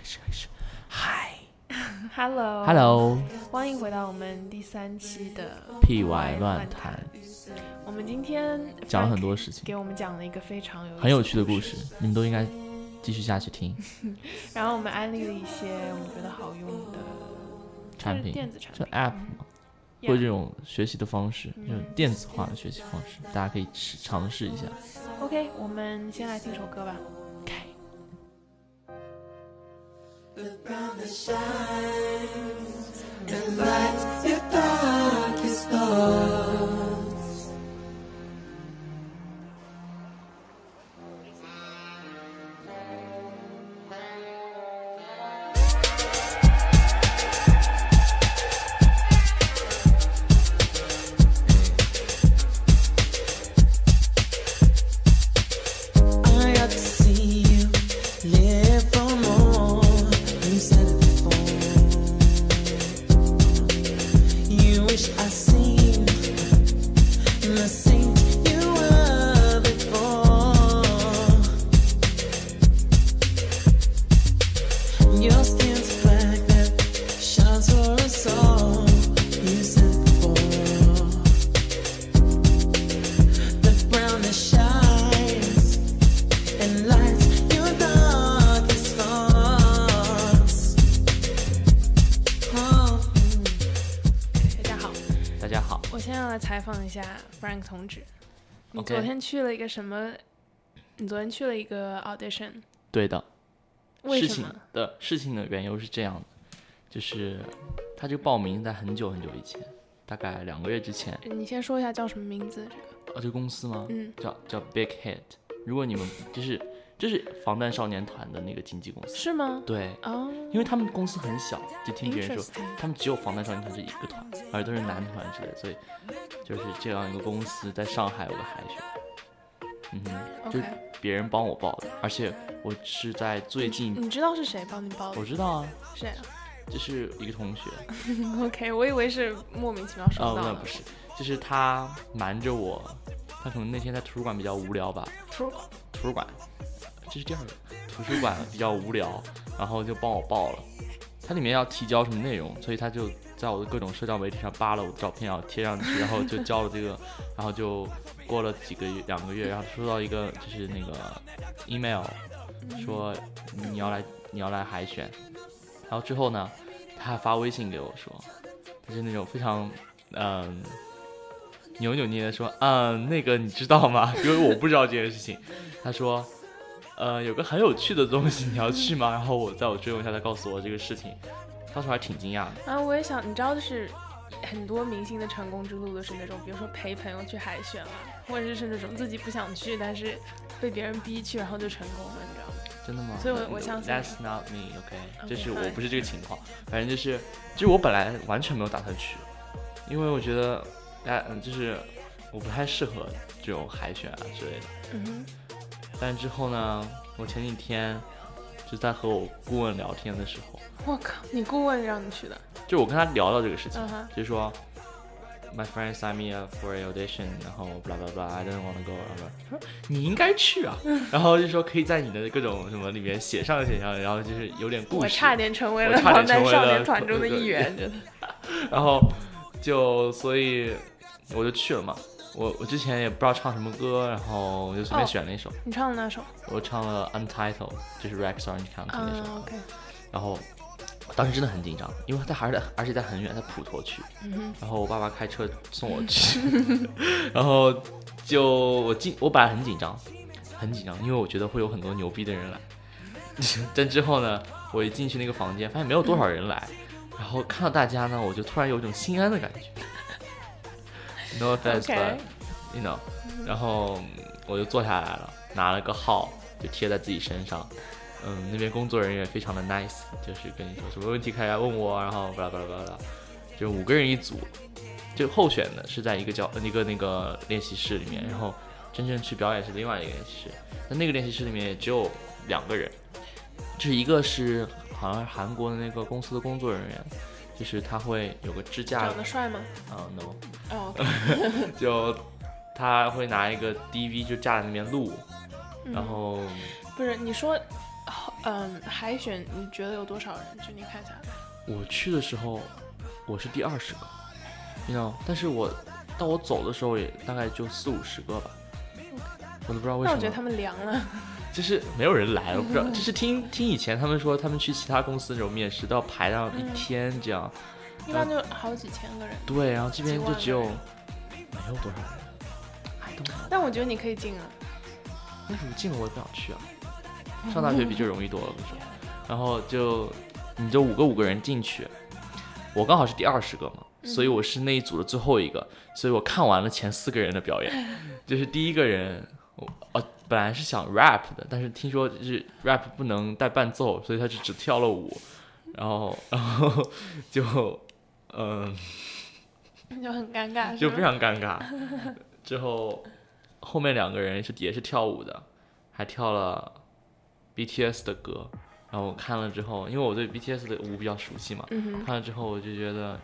嗨 Hello， 欢迎回到我们第3期的屁歪乱谈。 我们今天讲了很多事情， 给我们讲了一个非常很有趣的故事，你们都应该继续下去听。 然后我们安利了一些我们觉得好用的产品， 电子产品， 就 App 嘛，或者这种学习的方式，这种电子化的学习方式，大家可以尝试一下。 OK， 我们先来听首歌吧。 Look on the shines and light your darkest thoughts. I got to see you live for more.You said it before. You wish I seen the saint you were before. Your skin's black that shines for us all. You said it before. The brown that shines and lights your darkest thoughts. 大家好， 我先要来采访一下 Frank 同志，你昨天去了一个什么？你昨天去了一个 audition？ 对的。 为什么？ 事情的缘由是这样的，就是他这个报名在很久很久以前，大概2个月之前。 你先说一下叫什么名字？ 这个公司吗？叫 Big Hit。如果你们这是防弹少年团的那个经纪公司。 是吗？ 对，因为他们公司很小，就听别人说他们只有防弹少年团这一个团，而且都是男团之类的，所以就是这样一个公司在上海有个海选。就别人帮我报的，而且我是在最近。 你知道是谁帮你报的？ 我知道啊。 谁啊？ 就是一个同学。 OK， 我以为是莫名其妙收到的。 那不是，就是他瞒着我，他可能那天在图书馆比较无聊吧。图书馆，这是第二个。图书馆比较无聊，然后就帮我报了。它里面要提交什么内容，所以他就在我的各种社交媒体上扒了我的照片，要贴上去，然后就交了这个，然后就过了2个月，然后收到一个就是那个 email， 说你要来海选，然后之后呢，他还发微信给我说，他是那种非常扭扭捏捏的说，那个你知道吗？因为我不知道这件事情，他说。有个很有趣的东西，你要去吗？然后我追问下，他告诉我这个事情，当时还挺惊讶的。 我也想，你知道，就是很多明星的成功之路都是那种，比如说陪朋友去海选了，或者是那种自己不想去，但是被别人逼去，然后就成功了，你知道吗？ 真的吗？ 所以我相信。 That's not me, OK， 就是我不是这个情况，反正就是我本来完全没有打算去，因为我觉得，就是我不太适合这种海选啊之类的。但之后呢，我前几天就在和我顾问聊天的时候， 我靠，你顾问让你去的？ 就我跟他聊到这个事情，就是说 ，My friend signed me up for an audition， 然后 blah blah blah，I don't want to go， 说你应该去啊，然后就说可以在你的各种什么里面写上，然后就是有点故事。 我差点成为了防弹少年团中的一员，真的。 然后所以我就去了嘛。我之前也不知道唱什么歌，然后我就随便选了一首。 你唱了哪首？ 我唱了 Untitled， 就是 Rex Orange County 那首。 OK。 然后当时真的很紧张，因为而且在很远，在普陀区。然后我爸爸开车送我去，然后我本来很紧张，因为我觉得会有很多牛逼的人来。但之后呢，我一进去那个房间，发现没有多少人来，然后看到大家呢，我就突然有一种心安的感觉。No offense, but you know， 然后我就坐下来了，拿了个号就贴在自己身上。那边工作人员非常的 nice， 就是跟你说什么问题可以来问我，然后巴拉巴拉巴拉，就5个人一组，就候选的是在一个那个练习室里面，然后真正去表演是另外一个练习室。那个练习室里面也只有2个人，就是一个是好像是韩国的那个公司的工作人员，就是他会有个支架。 长得帅吗 ？No。就他会拿一个 DV 就架在那边录，然后不是你说海选你觉得有多少人？就你看下来。 我去的时候，我是第20个，你知道，但是到我走的时候也大概就40-50个吧，我都不知道为什么。 那我觉得他们凉了。 就是没有人来，我不知道，就是听以前他们说，他们去其他公司那种面试都要排上1天这样， 一般就好几千个人。 对，然后这边就只有没有多少人， 但我觉得你可以进啊。 但是我进了我也不想去啊，上大学比这容易多了，不是？然后你就5个人进去，我刚好是第20个嘛，所以我是那一组的最后一个，所以我看完了前4个人的表演，就是第一个人，本来是想 rap 的，但是听说就是 rap 不能带伴奏，所以他就只跳了舞，然后就就很尴尬， 就非常尴尬。之后后面2个人也是跳舞的，还跳了 BTS 的歌。然后我看了之后，因为我对 BTS 的舞比较熟悉嘛，看了之后我就觉得，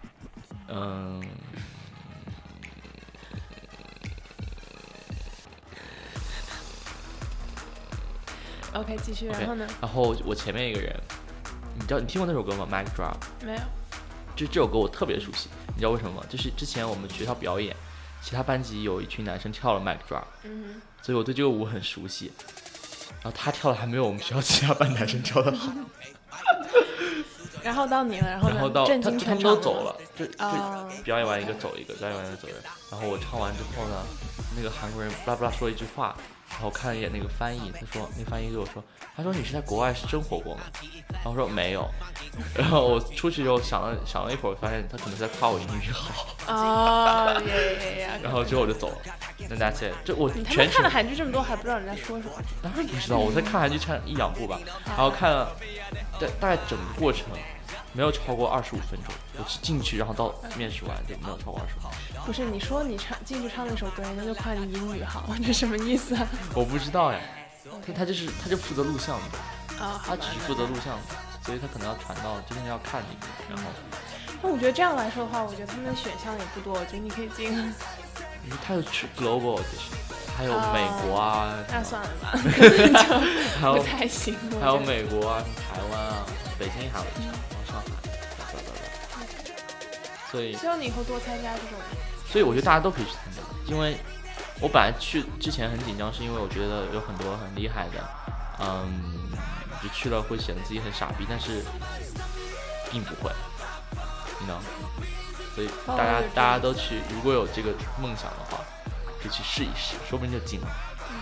OK 继续，然后呢？ 然后我前面一个人，你听过那首歌吗 ？Mic Drop。 没有。 这首歌我特别熟悉，你知道为什么吗？就是之前我们学校表演，其他班级有一群男生跳了 Mic Drop，所以我对这个舞很熟悉。然后他跳的还没有我们学校其他班男生跳的好。 然后到你了，然后到他们都走了，就表演完一个走一个，表演完一个走一个。然后我唱完之后呢，那个韩国人巴拉巴拉说了一句话，然后我看了一眼那个翻译，他说那个翻译对我说，他说你是在国外是生活过吗？然后我说没有。然后我出去之后想了一会儿，发现他可能是在夸我英语好。然后之后我就走了。那 that's it。这我全程看了韩剧这么多，还不知道人家说什么？ 当然不知道，我在看韩剧看1-2部吧，然后看了大概整个过程没有超过25分钟。我进去然后到面试完就没有超过25分钟。 不是，你说你进去唱那首歌，人家就夸你英语好，这什么意思啊？ 我不知道呀。他就负责录像的，他只是负责录像的，所以他可能要传到这边要看你，然后。 那我觉得这样来说的话，我觉得他们的选项也不多，我觉得你可以进。 因为他有去 global 就是还有美国啊。 那算了吧，就不太行。 还有美国啊，台湾啊，北京还有一场，然后上海，所以。 希望你以后多参加这种。 所以我觉得大家都可以去参加，因为我本来去之前很紧张，是因为我觉得有很多很厉害的，就去了会显得自己很傻逼，但是并不会，你知道吗？所以大家都去，如果有这个梦想的话，就去试一试，说不定就进了。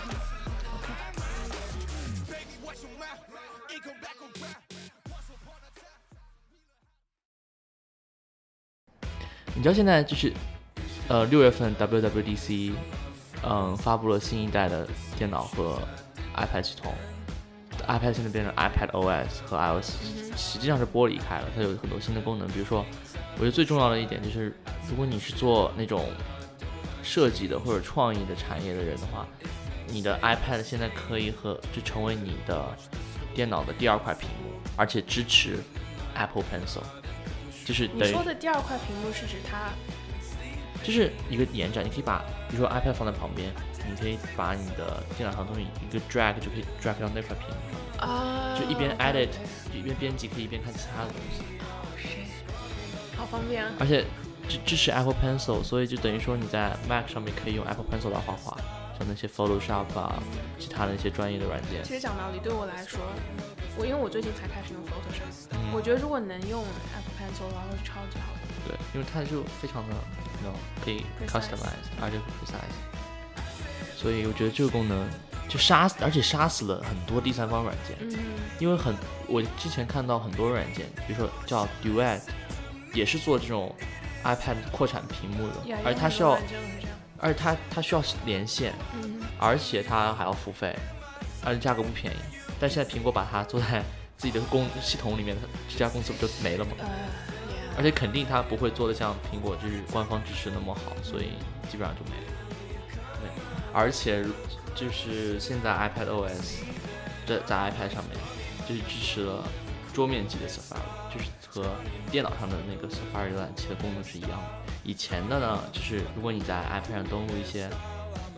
你知道现在就是6月份 WWDC 发布了新一代的电脑和 iPad 系统。iPad 现在变成 iPad OS 和 iOS， 实际上是剥离开了，它有很多新的功能。比如说，我觉得最重要的一点就是，如果你是做那种设计的或者创意的产业的人的话，你的 iPad 现在可以就成为你的电脑的第2块屏幕，而且支持 Apple Pencil， 就是等于你说的第2块屏幕是指它， 就是一个延展，你可以把比如说 iPad 放在旁边，你可以把你的电脑上东西一个 drag 就可以 drag 到那块屏幕上面，就一边 edit 一边编辑，可以一边看其他的东西， 好方便啊！ 而且支持 Apple Pencil， 所以就等于说你在 Mac 上面可以用 Apple Pencil 来画画，像那些 Photoshop 啊，其他的一些专业的软件。 其实讲道理，对我来说，因为我最近才开始用 Photoshop，我觉得如果能用 Apple Pencil 的话，会超级好的。 对，因为它就非常的可以 customize， 而且 precise。所以我觉得这个功能就而且杀死了很多第三方软件，因为我之前看到很多软件，比如说叫 Duet， 也是做这种 iPad 扩产屏幕的，而且它需要，而且它需要连线，而且它还要付费，而且价格不便宜。但现在苹果把它做在自己的系统里面，这家公司不就没了吗？而且肯定它不会做的像苹果就是官方支持那么好，所以基本上就没了。对，而且就是现在 iPad OS 在 iPad 上面就是支持了桌面级的 Safari， 就是和电脑上的那个 Safari 浏览器的功能是一样的。以前的呢，就是如果你在 iPad 上登录一些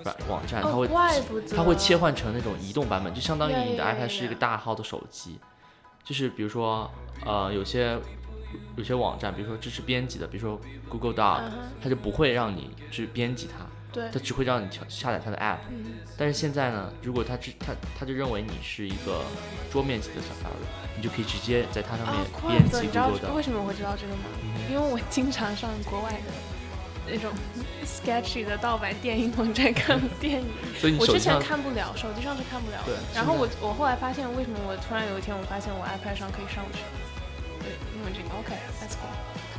网站， 怪不得它会切换成那种移动版本，就相当于你的 Yeah, yeah, iPad 是一个大号的手机。就是比如说有些网站，比如说支持编辑的，比如说 Google Doc，它就不会让你去编辑它。 对， 它只会让你下载它的 app，但是现在呢，如果它就认为你是一个桌面级的 Safari，你就可以直接在它上面编辑 Google 的。 为什么我会知道这个吗？因为我经常上国外的那种 sketchy 的盗版电影网站看电影， 所以你我之前看不了，手机上是看不了的。 对， 然后我后来发现，为什么我突然有一天我发现我 iPad 上可以上去？对，因为这个 OK，that's cool。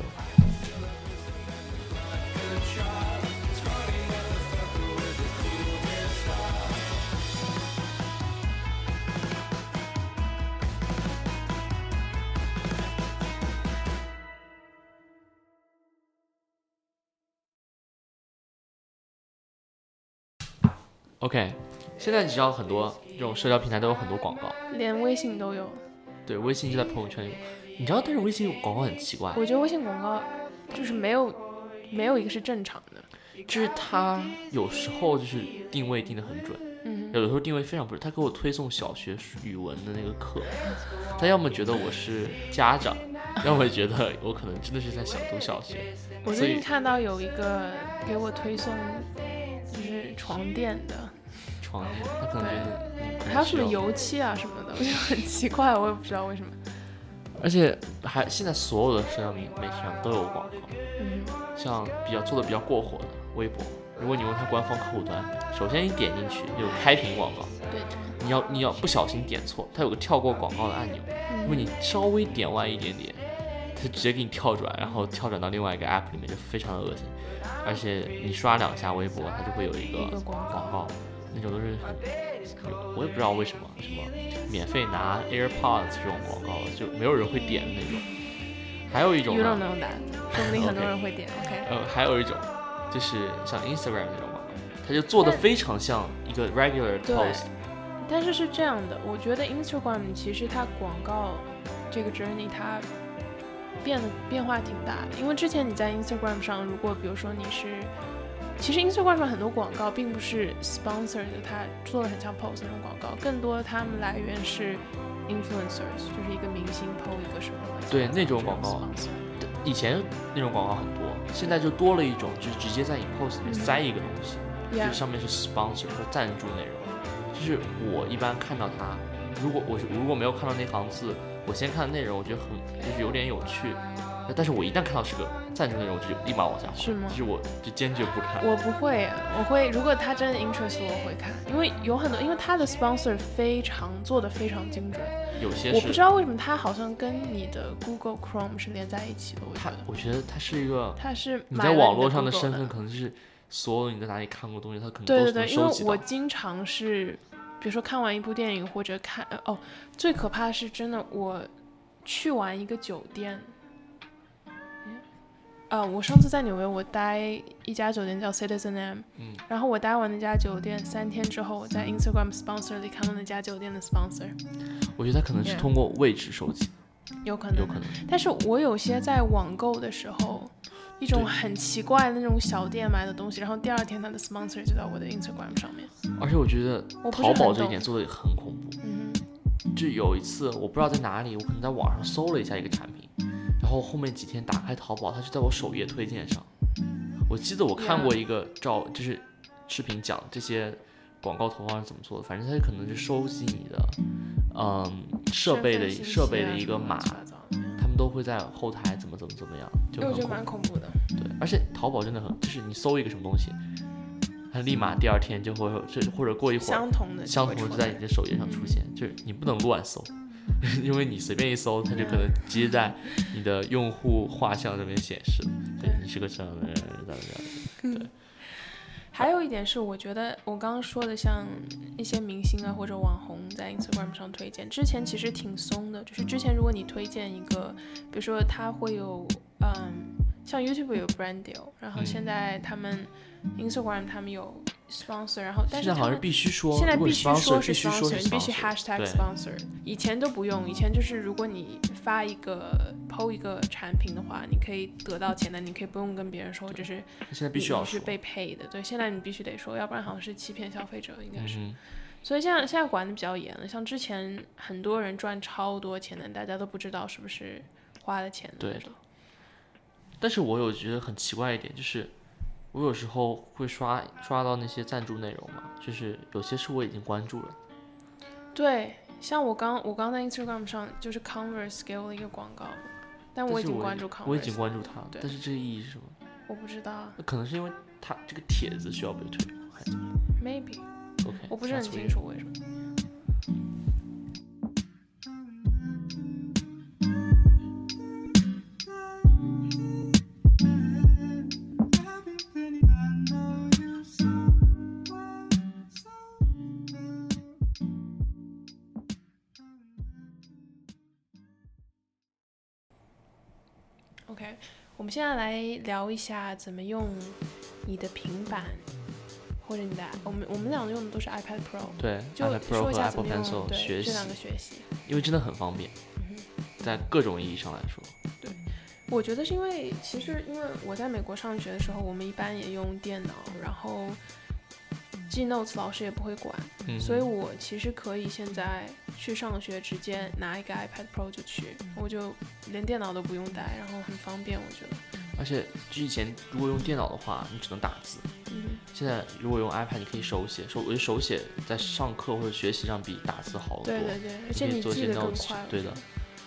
OK， 现在你知道很多这种社交平台都有很多广告， 连微信都有。 对，微信就在朋友圈里。你知道，但是微信广告很奇怪。 我觉得微信广告就是没有一个是正常的， 就是它有时候就是定位定得很准，有的时候定位非常不准。他给我推送小学语文的那个课，他要么觉得我是家长，要么觉得我可能真的是在读小学。 我最近看到有一个给我推送就是床垫的。 床垫，他可能觉得你还有什么油漆啊什么的，我觉得很奇怪，我也不知道为什么。 而且现在所有的社交媒体上都有广告，像做的比较过火的微博，如果你用它官方客户端，首先你点进去有开屏广告， 对， 你要不小心点错，它有个跳过广告的按钮，如果你稍微点歪一点点，它直接给你跳转，然后跳转到另外一个 app 里面，就非常的恶心。而且你刷2下微博，它就会有一个广告，那种都是我也不知道为什么免费拿 AirPods 这种广告就没有人会点的那种。还有一种 You don't know that， 说不定很多人会点。OK， 还有一种就是像 Instagram 那种广告，它就做的非常像一个 regular post。 但是这样的，我觉得 Instagram 其实它广告这个 journey 它变化挺大的，因为之前你在 Instagram 上，如果比如说其实 Instagram 上很多广告并不是 sponsor 的，它做的很像 post 那种广告，更多他们来源是 influencers， 就是一个明星 po 一个什么。 对，那种广告，以前那种广告很多，现在就多了一种，就是直接在你 post 里面塞一个东西，就是上面是 sponsor 或赞助内容。就是我一般看到它，如果没有看到那行字，我先看内容，我觉得就是有点有趣。但是我一旦看到是个赞助内容，我就立马往下滑。 是吗？ 就是我就坚决不看。 我不会，我会，如果他真的 interest 我会看，因为有很多，因为他的 sponsor 做的非常精准。 有些我不知道为什么他好像跟你的 Google Chrome 是连在一起的。 我觉得它是一个， 它是你在网络上的身份可能是所有你在哪里看过东西，它可能都是能收集到。 因为我经常是，比如说看完一部电影或者看最可怕的是真的，我去完一个酒店。我上次在纽约，我待一家酒店叫 Citizen M，然后我待完那家酒店3天之后，我在 Instagram sponsor 里看到那家酒店的 sponsor。 我觉得他可能是通过位置收集， 有可能。但是我有些在网购的时候，一种很奇怪的那种小店买的东西，然后第2天他的 sponsor 就在我的 Instagram 上面。 而且我觉得淘宝这一点做的很恐怖。就有一次我不知道在哪里，我可能在网上搜了一下一个产品。然后后面几天打开淘宝，它就在我首页推荐上。我记得我看过一个就是视频讲这些广告投放是怎么做的，反正它可能是收集你的设备的一个码，他们都会在后台怎么样，就我觉得蛮恐怖的。 对，而且淘宝真的就是你搜一个什么东西，它立马第2天就会或者过一会儿相同的就在你的首页上出现，就是你不能乱搜。因为你随便一搜，它就可能直接在你的用户画像这边显示，对你是个这样的人，对。 还有一点是，我觉得我刚刚说的，像一些明星啊或者网红在 Instagram 上推荐，之前其实挺松的，就是之前如果你推荐一个，比如说它会有像 YouTube 有 brand deal， 然后现在他们 Instagram 他们有 sponsor， 然后但是现在好像是必须说， 现在必须说是 sponsor， 你必须 hashtag #sponsor， 以前都不用，以前就是如果你发一个 PO 一个产品的话，你可以得到钱的，你可以不用跟别人说，就是现在必须要说你是被 pay 的，对，现在你必须得说，要不然好像是欺骗消费者，应该是。所以现在管的比较严了，像之前很多人赚超多钱的，大家都不知道是不是花了钱的。 对的。但是我有觉得很奇怪一点，就是我有时候会刷到那些赞助内容嘛，就是有些是我已经关注了。 对，像我刚在 Instagram 上，就是 Converse 给我了一个广告，但我已经关注 Converse， 我已经关注它，但是这个意义是什么？ 我不知道。 可能是因为它这个帖子需要被推，还是怎么样 ？Maybe。OK。我不是很清楚为什么。OK， 我们现在来聊一下怎么用你的平板或者你的我们两个用的都是 iPad Pro， 对， 就 iPad Pro 和 Apple Pencil 学习这两个学习， 因为真的很方便，在各种意义上来说。 对，我觉得是因为其实因为我在美国上学的时候，我们一般也用电脑，然后记 notes 老师也不会管，所以我其实可以现在去上学直接拿一个 iPad Pro 就去，我就连电脑都不用带，然后很方便，我觉得。 而且就以前如果用电脑的话，你只能打字，现在如果用 iPad， 你可以手写，我觉得手写在上课或者学习上比打字好得多。 对对对，而且你记得更快。 对的，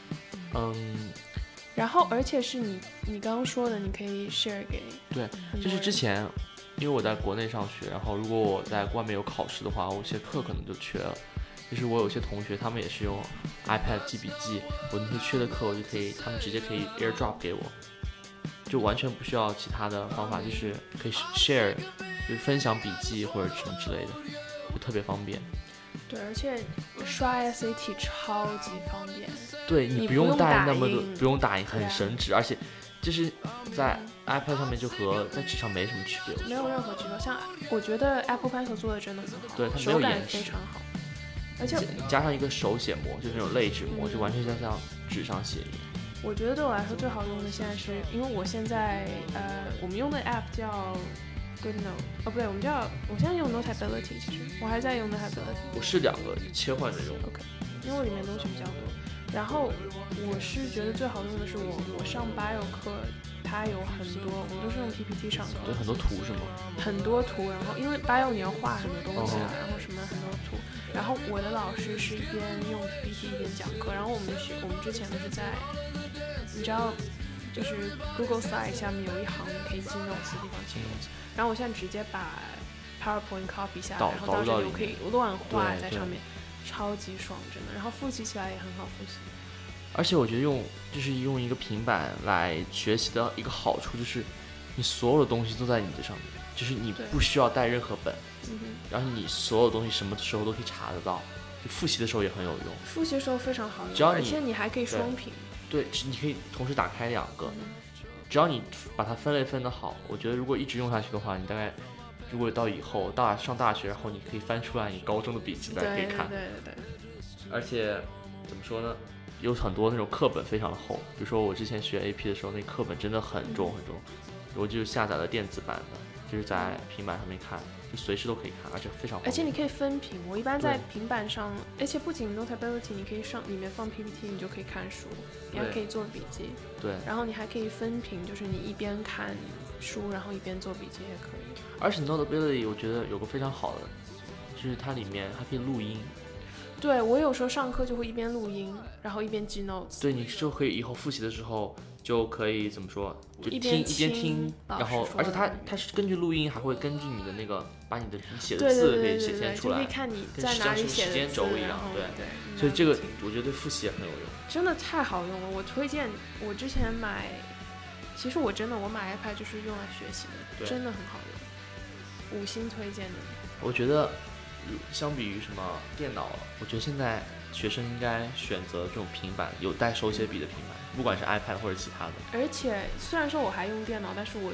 然后而且是你刚刚说的，你可以 share 给。 对，就是之前因为我在国内上学，然后如果我在外面有考试的话，我有些课可能就缺了。就是我有些同学他们也是用 iPad 记笔记，我那些缺的课我就可以，他们直接可以 AirDrop 给我，就完全不需要其他的方法，就是可以 share， 就是分享笔记或者什么之类的，就特别方便。 对，而且刷 SAT 超级方便。 对， 你不用带那么多， 不用打印，很省纸，而且就是在 iPad 上面就和在纸上没什么区别， 没有任何区别。像我觉得 Apple Pencil 做的真的很好， 对，它没有手感非常好，而且加上一个手写膜，就是那种类纸膜，就完全像纸上写一样。 我觉得对我来说最好用的现在是因为我现在我们用的 app 叫 GoodNote， 不对，我现在用 Notability， 其实我还在用 Notability。我是两个切换着用。 OK， 因为我里面东西比较多。然后我是觉得最好用的是我上 bio 课，它有很多，我们都是用 PPT 上课， 对，很多图是吗？ 很多图，然后因为 bio 你要画很多东西啊，然后什么很多图，然后我的老师是一边用 PPT 一边讲课，然后我们之前都是在，你知道，就是 Google Slide 下面有一行你可以记 notes 的地方记 notes， 然后我现在直接把 PowerPoint copy 下来，然后到这里我可以乱画在上面。超级爽，真的，然后复习起来也很好复习。 而且我觉得用一个平板来学习的一个好处就是，你所有的东西都在你这上面，就是你不需要带任何本，然后你所有东西什么时候都可以查得到，就复习的时候也很有用。 复习的时候非常好用， 只要而且你还可以双屏。 对，你可以同时打开两个，只要你把它分类分得好，我觉得如果一直用下去的话，你大概。如果到以后上大学，然后你可以翻出来你高中的笔记，大家可以看。 对。 而且怎么说呢，有很多那种课本非常的厚，比如说我之前学 AP 的时候，那课本真的很重很重，我就下载了电子版的，就是在平板上面看，就随时都可以看，而且非常方便。 而且你可以分屏，我一般在平板上，而且不仅 Notability， 你可以里面放 PPT， 你就可以看书，你还可以做笔记。 对。 然后你还可以分屏，就是你一边看书，然后一边做笔记也可以。 而且 Notability 我觉得有个非常好的，就是它里面还可以录音。 对，我有时候上课就会一边录音，然后一边记 notes。 对，你就可以以后复习的时候就可以怎么说，就一边听，然后而且它是根据录音，还会根据你的那个把你写的字可以写现出来， 就可以看你在哪里写的字， 跟时间轴一样。对，所以这个我觉得对复习也很有用。 真的太好用了，我推荐。我之前其实我买 iPad 就是用来学习的，真的很好用，5星推荐的。 我觉得相比于什么电脑，我觉得现在学生应该选择这种平板，有带手写笔的平板，不管是 iPad 或者其他的。 而且虽然说我还用电脑，但是我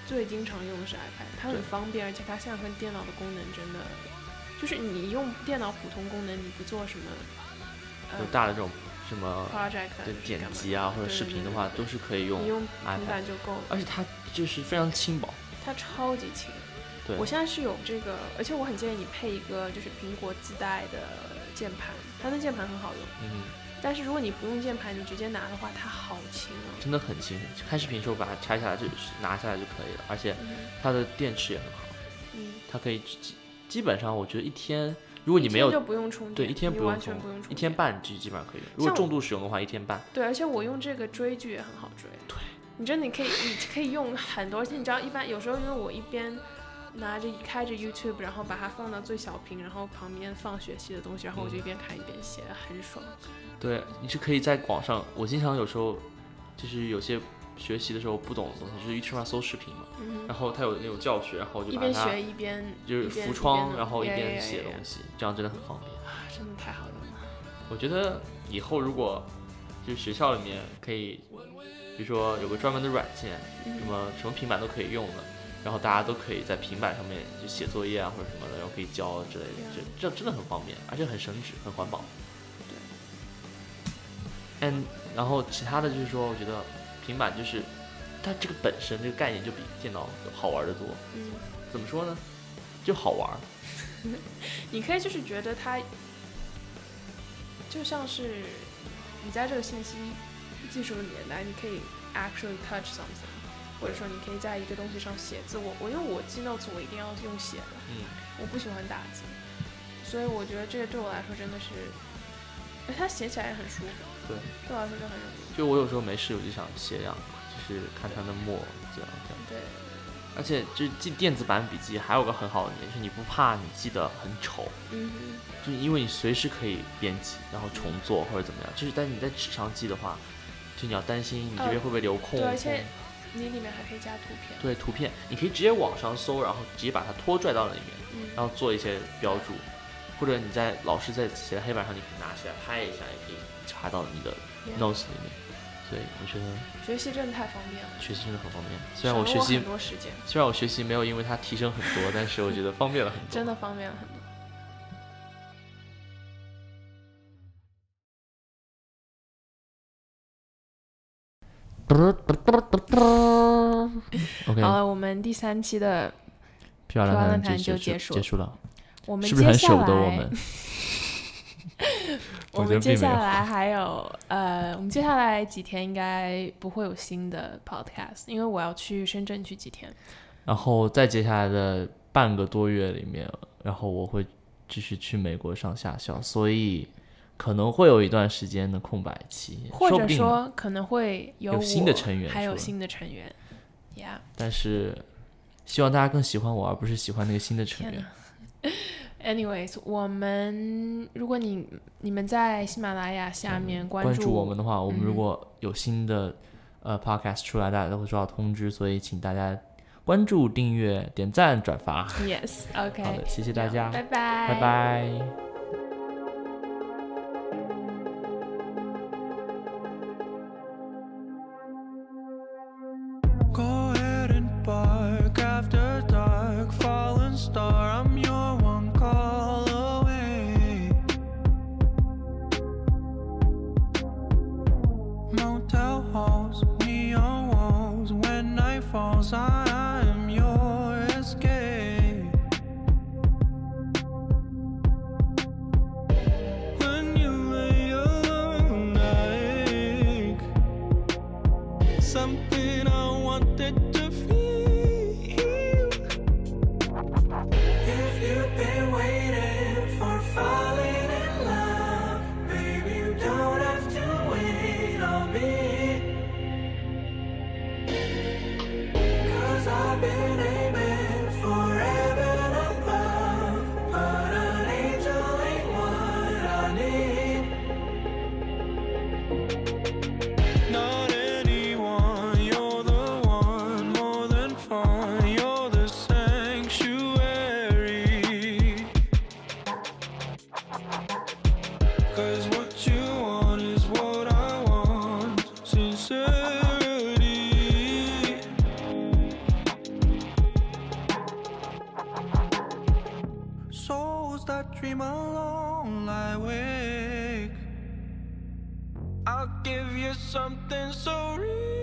最经常用的是 iPad， 它很方便，而且它现在和电脑的功能真的，就是你用电脑普通功能，你不做什么有大的这种什么 project 对剪辑啊或者视频的话，都是可以用你用平 iPad， 板就够了， 而且它就是非常轻薄， 它超级轻。 对， 我现在是有这个，而且我很建议你配一个就是苹果自带的键盘，它的键盘很好用。但是如果你不用键盘，你直接拿的话，它好轻啊！ 真的很轻。看视频的时候把它拆下来就拿下来就可以了，而且它的电池也很好。它可以基本上我觉得一天，如果你没有就不用充电， 对，一天不用充电 ，1天半基本上可以。如果重度使用的话，1天半。 对，而且我用这个追剧也很好追。 对， 你可以用很多，你知道，一般有时候因为我一边开着 YouTube， 然后把它放到最小屏，然后旁边放学习的东西，然后我就一边看一边写，很爽。 对，你是可以在网上，我经常有时候就是有些学习的时候不懂的东西，就是 YouTube 上搜视频嘛，然后它有那种教学，然后我就把它一边学一边就是浮窗，然后一边写东西，这样真的很方便啊，真的太好用了。 我觉得以后如果就是学校里面可以，比如说有个专门的软件，什么平板都可以用的，然后大家都可以在平板上面就写作业啊或者什么的，然后可以交之类的，这真的很方便，而且很省纸，很环保。对。然后其他的就是说，我觉得平板就是它这个本身这个概念就比电脑好玩得多。怎么说呢？就好玩。 你可以就是觉得它就像是你在这个信息技术的年代，你可以 actually touch something。或者说你可以在一个东西上写字，因为我记 notes 我一定要用写的，我不喜欢打字，所以我觉得这个对我来说真的是，它写起来也很舒服，对我来说就很有意思。 就我有时候没事我就想写两个，就是看它的墨这样。 对。 而且就是记电子版笔记还有个很好的点，就是你不怕你记得很丑，就因为你随时可以编辑，然后重做或者怎么样。就是但是你在纸上记的话，就你要担心你这边会不会留空。 对，而且你里面还可以加图片。 对，图片你可以直接网上搜，然后直接把它拖拽到里面，然后做一些标注，或者你在老师在写在黑板上，你可以拿起来拍一下，也可以插到你的 notes 里面。所以我觉得学习真的太方便了。 学习真的很方便，虽然我学习很多时间， 虽然我学习没有因为它提升很多，但是我觉得方便了很多。 真的方便了很多。 OK， 好了，我们第3期的漂亮论坛就结束了。 我们是不是很舍不得我们？ 我们接下来还有我们接下来几天应该不会有新的 podcast， 因为我要去深圳去几天。 然后在接下来的半个多月里面，然后我会继续去美国上下校，所以可能会有一段时间的空白期， 或者说可能会有新的成员， 还有新的成员。 但是希望大家更喜欢我，而不是喜欢那个新的成员。 Anyways， 如果你们在喜马拉雅下面关注我们的话，我们如果有新的podcast 出来，大家都会收到通知，所以请大家关注、订阅、点赞、转发。 Yes，OK。 好的，谢谢大家， 拜拜， 拜拜。 ghost that dream alone lie awake. I'll give you something so real.